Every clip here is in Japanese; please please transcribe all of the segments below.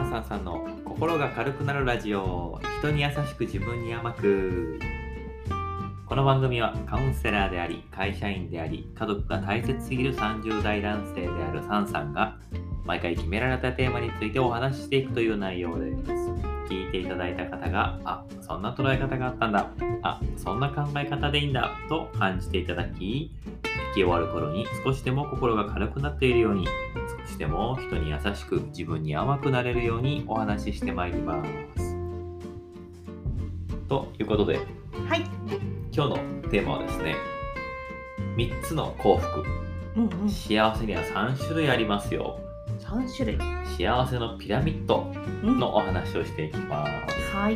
さんの心が軽くなるラジオ。人に優しく自分に甘く。この番組はカウンセラーであり会社員であり家族が大切すぎる30代男性であるサンさんが毎回決められたテーマについてお話ししていくという内容です。聞いていただいた方がそんな捉え方があったんだ、そんな考え方でいいんだと感じていただき、聞き終わる頃に少しでも心が軽くなっているように、少しでも人に優しく自分に甘くなれるようにお話ししてまいります。ということで、今日のテーマはですね、3つの幸福、幸せには3種類ありますよ。 3種類。 幸せのピラミッドのお話をしていきます。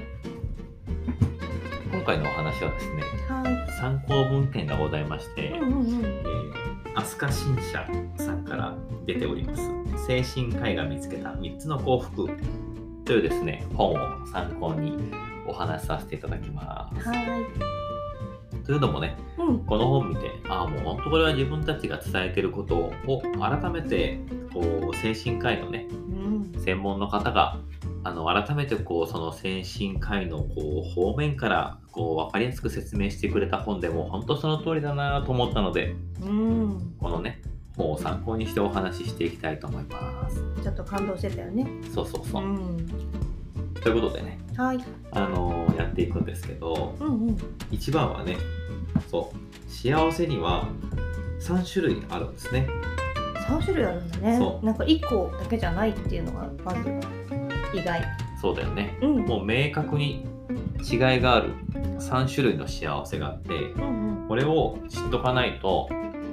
今回のお話はですね、参考文献がございまして、飛鳥新社さんから出ております精神科医が見つけた3つの幸福というですね、本を参考にお話しさせていただきます。というのもね、この本見て、もう本当これは自分たちが伝えていることを改めて精神科医のね、専門の方が改めてその精神科医の方面から分かりやすく説明してくれた本でも本当その通りだなと思ったので、このね本を参考にしてお話ししていきたいと思います。 ちょっと感動してたよね。 そう、ということでね、やっていくんですけど、一番はね、幸せには3種類あるんですね。3 種類あるんだね。なんか1個だけじゃないっていうのがまず意外。 そうだよね、もう明確に違いがある3種類の幸せがあって、これを知っとかないと、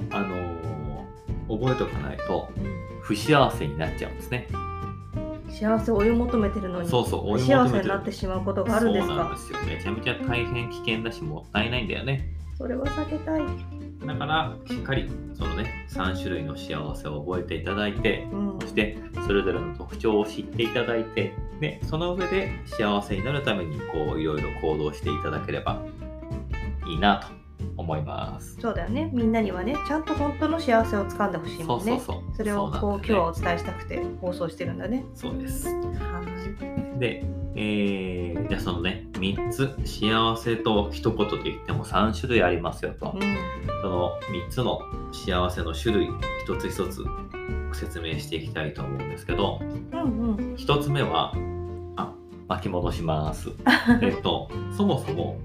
覚えとかないと不幸せになっちゃうんですね。 幸せを追い求めてるのに、不幸せになってしまうことがあるんですか？ そうなんですよ。めちゃめちゃ大変危険だし、もったいないんだよね。 それは避けたい。 だからしっかりそのね3種類の幸せを覚えていただいて、そしてそれぞれの特徴を知っていただいて、でその上で幸せになるためにいろいろ行動していただければいいなと思います。 そうだよね。みんなにはね、ちゃんと本当の幸せをつかんでほしいもんね。それを今日はお伝えしたくて放送してるんだね。 そうです。で、じゃあそのね3つ幸せと一言で言っても3種類ありますよと、その3つの幸せの種類一つ一つ説明していきたいと思うんですけど、1つ目は巻き戻します。そもそも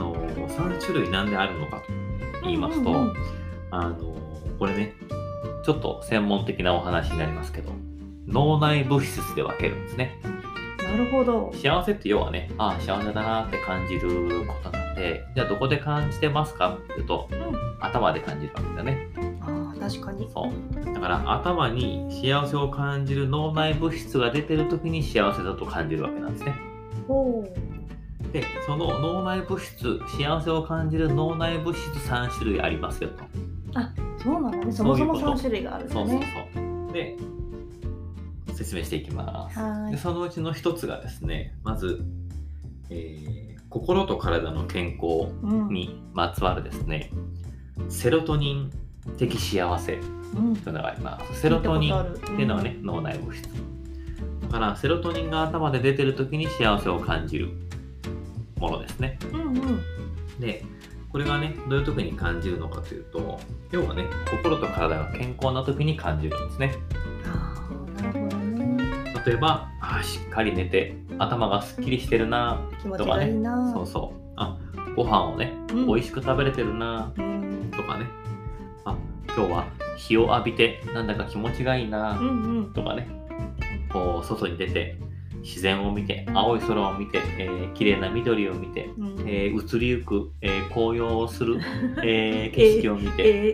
3種類なんであるのかと言いますと、これねちょっと専門的なお話になりますけど、脳内物質で分けるんですね。 なるほど。 幸せって要はね、幸せだなって感じることなんで、じゃあどこで感じてますかっていうと、頭で感じるわけだね。 確かに。 だから頭に幸せを感じる脳内物質が出てる時に幸せだと感じるわけなんですね。で、その脳内物質、幸せを感じる脳内物質3種類ありますよと。 そうなんだね。そもそも3種類があるんだね。 で、説明していきます。でそのうちの一つがですね、まず、心と体の健康にまつわるですね、セロトニン的幸せというのがあります。セロトニンっていうのはね、脳内物質だからセロトニンが頭で出てる時に幸せを感じるものですね。でこれがねどういう時に感じるのかというと、要はね心と体が健康な時に感じるんですね。 なるほどね。 例えばしっかり寝て頭がすっきりしてるなとかね、ご飯をね、美味しく食べれてるなとかね、今日は日を浴びてなんだか気持ちがいいなとかね、外に出て自然を見て、青い空を見て、綺麗な緑を見て、移りゆく、紅葉をする、景色を見て、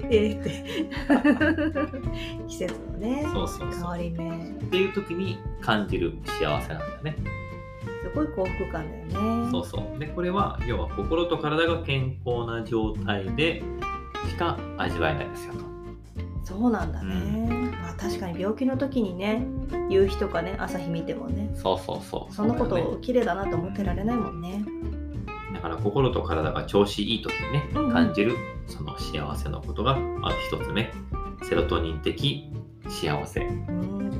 季節のね変わり目っていう時に感じる幸せなんだよね。 すごい幸福感だよね。 でこれは要は心と体が健康な状態でしか味わえないですよと。 そうなんだね。確かに病気の時にね、夕日とかね、朝日見てもね、そんなことを綺麗だなと思ってられないもんね。 だから心と体が調子いい時にね、感じるその幸せのことがまず一つ目、セロトニン的幸せ。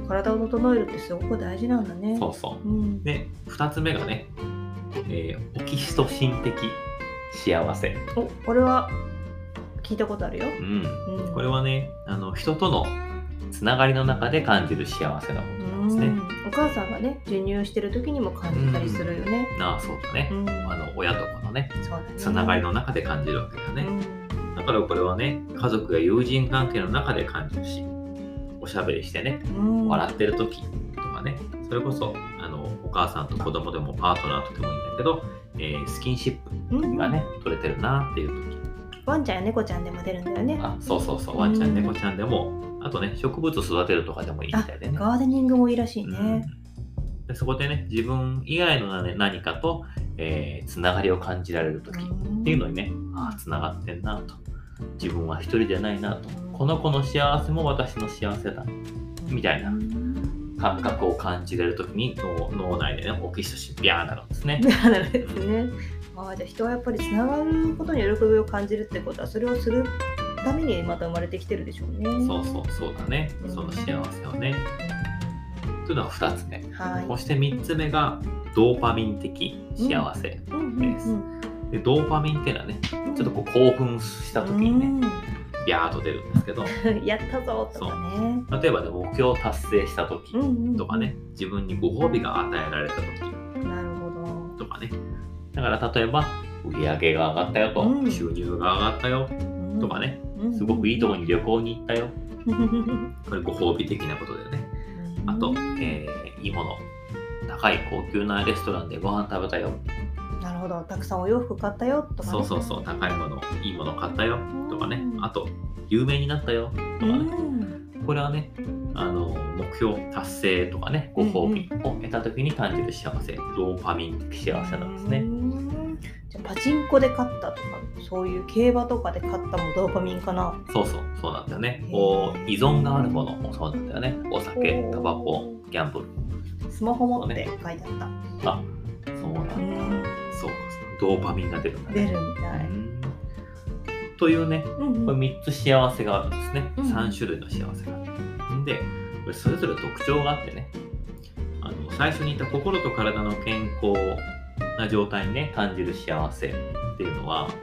体を整えるってすごく大事なんだね。 そうそう、で2つ目がね、オキシトシン的幸せ。 これは聞いたことあるよ。 これはね、人とのつながりの中で感じる幸せなことなんですね。 お母さんがね、授乳してる時にも感じたりするよね。 そうだね。親と子のね、つながりの中で感じるわけだね。だからこれはね、家族や友人関係の中で感じるし、おしゃべりしてね、笑ってる時とかね、それこそお母さんと子供でもパートナーとでもいいんだけど、スキンシップがね、取れてるなっていう時。 ワンちゃんや猫ちゃんでも出るんだよね。 そうワンちゃん猫ちゃんでも、あとね、植物育てるとかでもいいみたいでね。 ガーデニングもいいらしいね。 でそこでね、自分以外の何かと、つながりを感じられる時っていうのにね、つながってんなと、自分は一人じゃないなと、この子の幸せも私の幸せだみたいな感覚を感じれる時に脳内でね、オキシトシンビャーなるんですね。 ビャーなるんですね。じゃあ人はやっぱりつながることに喜びを感じるってことは、それをするためにまた生まれてきてるでしょうね。 そうだね。その幸せをね。というのは2つ目。そして3つ目がドーパミン的幸せです。でドーパミンっていうのはね、ちょっと興奮した時にね、ビャーっと出るんですけど、 やったぞとかね。 例えばね、目標を達成した時とかね、自分にご褒美が与えられた時とかね。だから例えば売り上げが上がったよと、収入が上がったよとかね、すごくいいところに旅行に行ったよ。これご褒美的なことだよね。あと、いいもの、高い高級なレストランでご飯食べたよ。 なるほど、たくさんお洋服買ったよとかね。 高いもの、いいもの買ったよとかね。あと、有名になったよとかね。これはね、目標達成とかね、ご褒美を得た時に感じる幸せ、ドーパミン的幸せなんですね。 じゃあパチンコで勝ったとか、そういう競馬とかで勝ったもドーパミンかな。 そうなんだよね。依存があるものもそうなんだよね。お酒、タバコ、ギャンブル。 スマホもって書いてあった。 そうなんだ。そうか、ドーパミンが出るんだね。 出るみたい。 というね、これ3つ幸せがあるんですね。3種類の幸せがある。で、これそれぞれ特徴があってね、最初に言った心と体の健康な状態にね、感じる幸せっていうのは、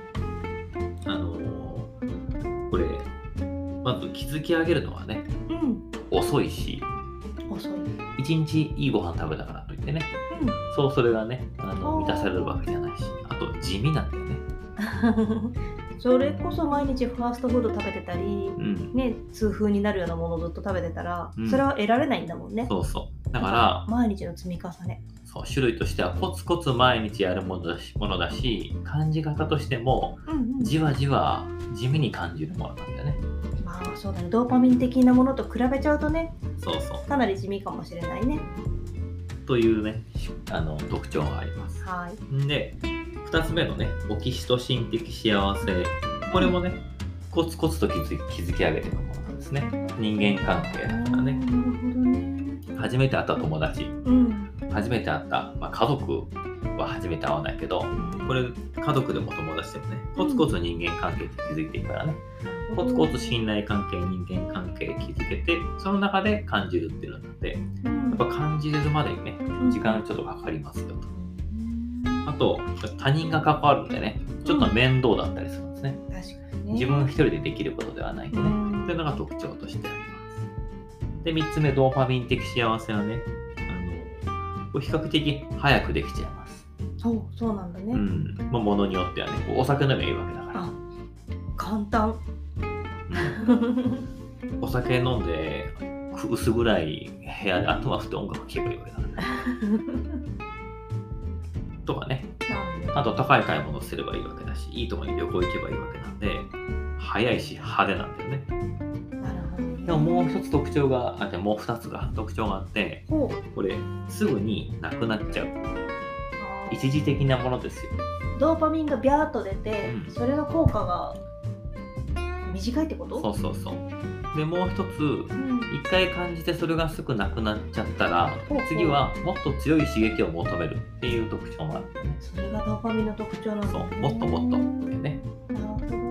これ、まず築き上げるのはね、遅いし、一日いいご飯食べたからといってね、それがね、満たされるわけじゃないし、あと地味なんだよね。 それこそ毎日ファーストフード食べてたり、痛風になるようなものをずっと食べてたら、それは得られないんだもんね。 だから毎日の積み重ね。 種類としてはコツコツ毎日やるものだし、感じ方としても、じわじわ地味に感じるものなんだよね。 そうだね。ドーパミン的なものと比べちゃうとね、かなり地味かもしれないね。 というね、特徴があります。で、2つ目のね、オキシトシン的幸せ。これもね、コツコツと築き上げていくものなんですね。人間関係だからね。初めて会った友達、初めて会った、家族は初めて会わないけど、これ家族でも友達でもね、コツコツ人間関係って築いていくからね、コツコツ信頼関係、人間関係築けて、その中で感じるっていうのなので、やっぱ感じれるまでにね、時間ちょっとかかりますよと。あと、他人が関わるんでね、ちょっと面倒だったりするんですね。自分一人でできることではないんでね、というのが特徴としてあります。で、3つ目、ドーパミン的幸せはね、比較的早くできちゃいます。 そうなんだね。 ものによってはね、お酒飲めばいいわけだから。 簡単。 お酒飲んで薄暗い部屋で頭振って音楽聴けばいいわけだからね。とかね。あと高い買い物すればいいわけだし、いいところに旅行行けばいいわけなんで、早いし派手なんだよね。でももう一つ特徴があって、もう2つが特徴があって、これすぐになくなっちゃう。一時的なものですよ。 ドーパミンがビャーっと出て、それの効果が短いってこと？ で、もう一つ、一回感じてそれがすぐなくなっちゃったら、次はもっと強い刺激を求めるっていう特徴もあるんだよね。 それがドーパミンの特徴なんだね。 もっともっとってね。だか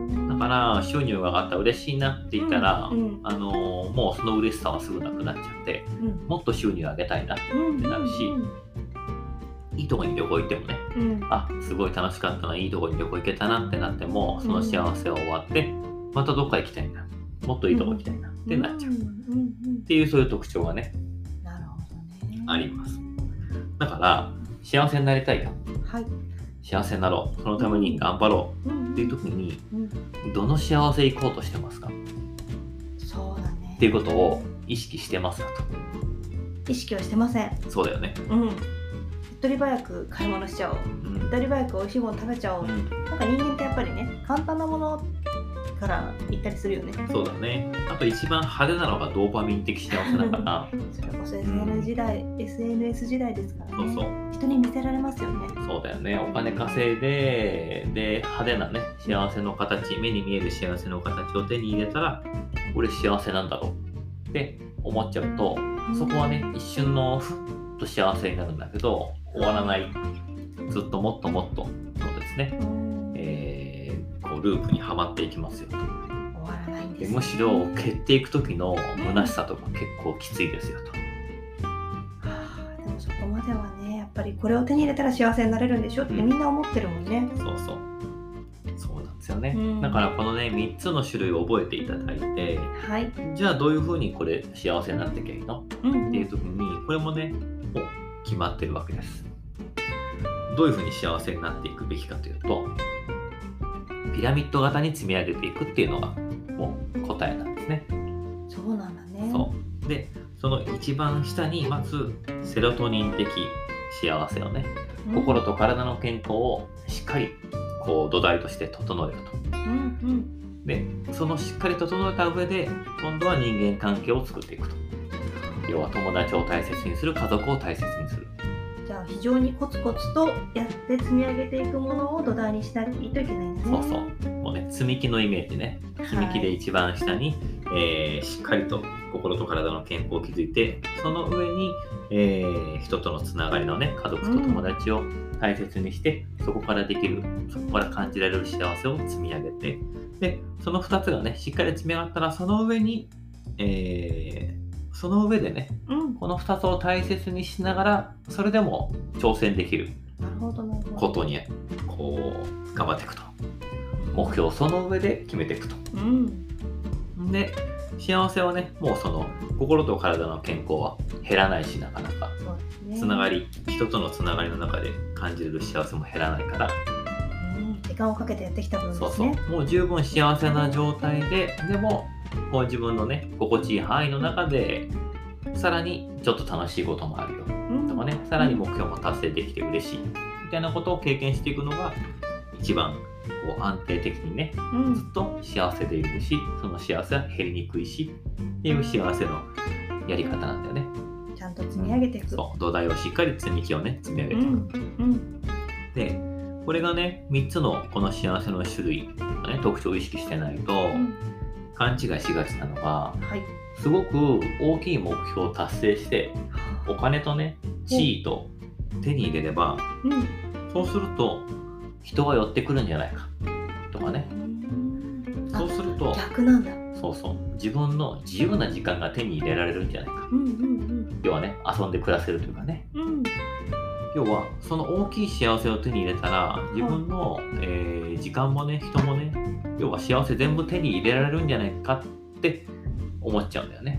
から収入が上がったら嬉しいなって言ったら、もうその嬉しさはすぐなくなっちゃって、もっと収入上げたいなってなるし、いいとこに旅行行ってもね、あ、すごい楽しかったな、いいとこに旅行行けたなってなっても、その幸せは終わって、またどっか行きたいな、もっといいとこ行きたいなってなっちゃうっていう、そういう特徴がね、あります。だから幸せになりたいよ、幸せになろう、そのために頑張ろうっていう時に、どの幸せ行こうとしてますか、 そうだねっていうことを意識してますかと。 意識はしてません。 そうだよね。 一人早く買い物しちゃおう、一人早く美味しいもの食べちゃおう、なんか人間ってやっぱりね、簡単なものから行ったりするよね。 そうだね。あと一番派手なのがドーパミン的幸せだからそれこそ SNS 時代ですからね。 そう人に見せられますよね。 そうだよね。お金稼いで派手なね、幸せの形、目に見える幸せの形を手に入れたら、俺幸せなんだろうって思っちゃうと、そこはね、一瞬のふっと幸せになるんだけど、終わらない、ずっともっともっとそうですね、こうループにはまっていきますよと。 終わらないんです。 むしろ蹴っていく時の虚しさとか結構きついですよと。 でもそこまではね、やっぱりこれを手に入れたら幸せになれるんでしょってみんな思ってるもんね。 そうなんですよね。だからこのね、3つの種類を覚えていただいて、じゃあどういうふうにこれ幸せになっていけばいいの、っていう時に、これもね、もう決まってるわけです。どういうふうに幸せになっていくべきかというと、ピラミッド型に積み上げていくっていうのがもう答えなんですね。 そうなんだね。 そうで、その一番下にまずセロトニン的幸せをね、心と体の健康をしっかりこう土台として整えると。で、そのしっかり整えた上で、今度は人間関係を作っていくと。要は友達を大切にする、家族を大切にする。 じゃあ非常にコツコツとやって積み上げていくものを土台にしないといけないんだね。 もうね、積み木のイメージね。積み木で一番下に、しっかりと心と体の健康を築いて、その上に、人とのつながりのね、家族と友達を大切にして、そこからできる、そこから感じられる幸せを積み上げて、で、その2つがね、しっかり積み上がったら、その上に、その上でね、この2つを大切にしながら、それでも挑戦できることにこう頑張っていくと。目標をその上で決めていくと。で、幸せはね、もうその心と体の健康は減らないし、なかなかつながり、人とのつながりの中で感じる幸せも減らないから、 時間をかけてやってきた分ですね。 もう十分幸せな状態で、でもこう自分のね、心地いい範囲の中で、さらにちょっと楽しいこともあるよとかね、さらに目標も達成できて嬉しいみたいなことを経験していくのが一番こう安定的にね、ずっと幸せでいるし、その幸せは減りにくいしっていう幸せのやり方なんだよね。 ちゃんと積み上げていく。 土台をしっかり積み木をね、積み上げていく。で、これがね、3つのこの幸せの種類のね、特徴を意識してないと、勘違いしがちなのが、すごく大きい目標を達成してお金とね、地位と手に入れれば、そうすると人が寄ってくるんじゃないかとかね、そうすると逆なんだ。 自分の自由な時間が手に入れられるんじゃないか、要はね、遊んで暮らせるというかね、要はその大きい幸せを手に入れたら、自分の、時間もね、人もね、要は幸せ全部手に入れられるんじゃないかって思っちゃうんだよね。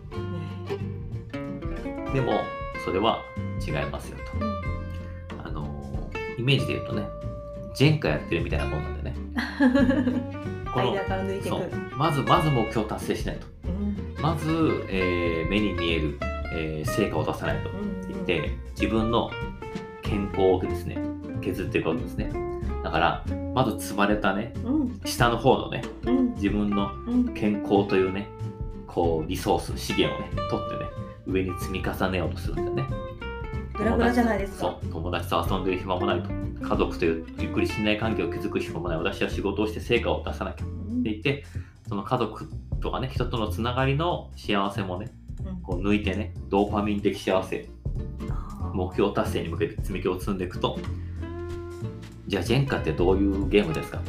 でもそれは違いますよと。イメージで言うとね、ジェンカやってるみたいなもんなんでね。 間から抜いていく。 まず目標を達成しないと。まず、目に見える、成果を出さないとって言って、自分の健康をですね、削っていくわけですね。だからまず積まれたね、下の方のね、自分の健康というね、こうリソース、資源をね、取ってね、上に積み重ねようとするんだよね。 グラグラじゃないですか。 友達と遊んでる暇もないと。家族というゆっくり信頼関係を築く暇もない。私は仕事をして成果を出さなきゃって言って、その家族とかね、人とのつながりの幸せもね、こう抜いてね、ドーパミン的幸せ、目標達成に向けて積み木を積んでいくと、じゃあジェンカってどういうゲームですかと。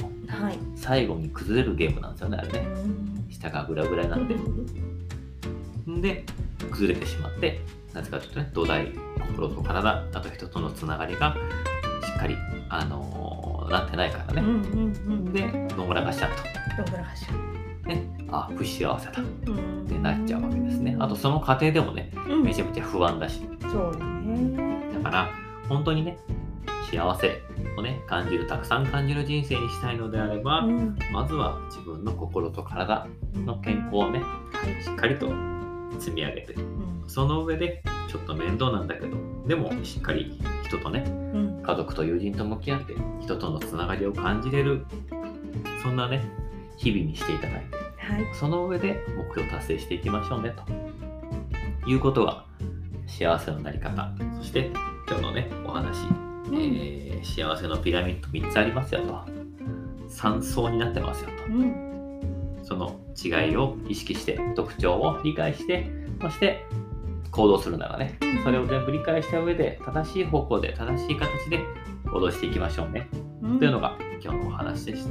最後に崩れるゲームなんですよね、あれね。下がグラグラになってで崩れてしまって、なぜかというとね、土台、心と体、あと人とのつながりがしっかり、なってないからね。でどんぐらがしちゃうと、ね、不幸せだってなっちゃうわけですね。あとその過程でもね、めちゃめちゃ不安だし、 そうだね。 だから本当にね、幸せをね感じる、たくさん感じる人生にしたいのであれば、まずは自分の心と体の健康をね、しっかりと積み上げて、その上でちょっと面倒なんだけど、でもしっかり人とね、家族と友人と向き合って人とのつながりを感じれる、そんなね日々にしていただいて、その上で目標を達成していきましょうねということが幸せのなり方。そして今日のねお話、幸せのピラミッド3つありますよと、3層になってますよと、その違いを意識して、特徴を理解して、そして行動するならね、それを全部理解した上で正しい方向で正しい形で行動していきましょうね、というのが今日のお話でした。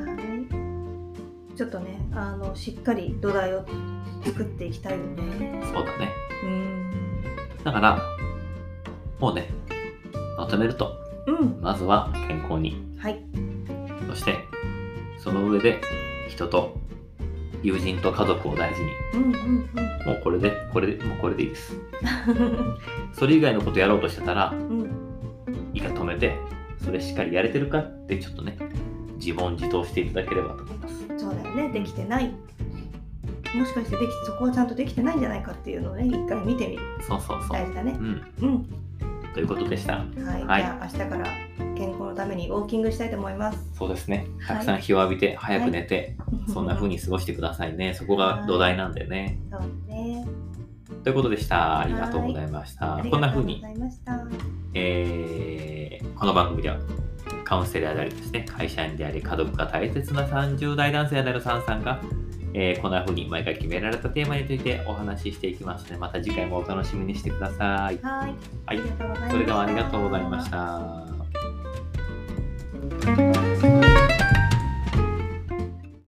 ちょっとね、しっかり土台を作っていきたいよね。 そうだね。だからもうね、まとめると、まずは健康に、そしてその上で人と友人と家族を大事に、もうこれでいいですそれ以外のことやろうとしてたら、一回止めて、それしっかりやれてるかってちょっとね、自問自答していただければと思います。 そうだよね、できてない、もしかしてそこはちゃんとできてないんじゃないかっていうのをね、一回見てみる。大事だね。 ということでした。 じゃあ明日から健康のためにウォーキングしたいと思います。 そうですね。たくさん日を浴びて、早く寝て、そんな風に過ごしてくださいね。そこが土台なんだよね。 そうね。 ということでした。ありがとうございました。こんな風に、この番組ではカウンセラーでありですね、会社員であり家族が大切な30代男性であるサンさんが、こんな風に毎回決められたテーマについてお話ししていきますので、また次回もお楽しみにしてください。 はい。 それではありがとうございました。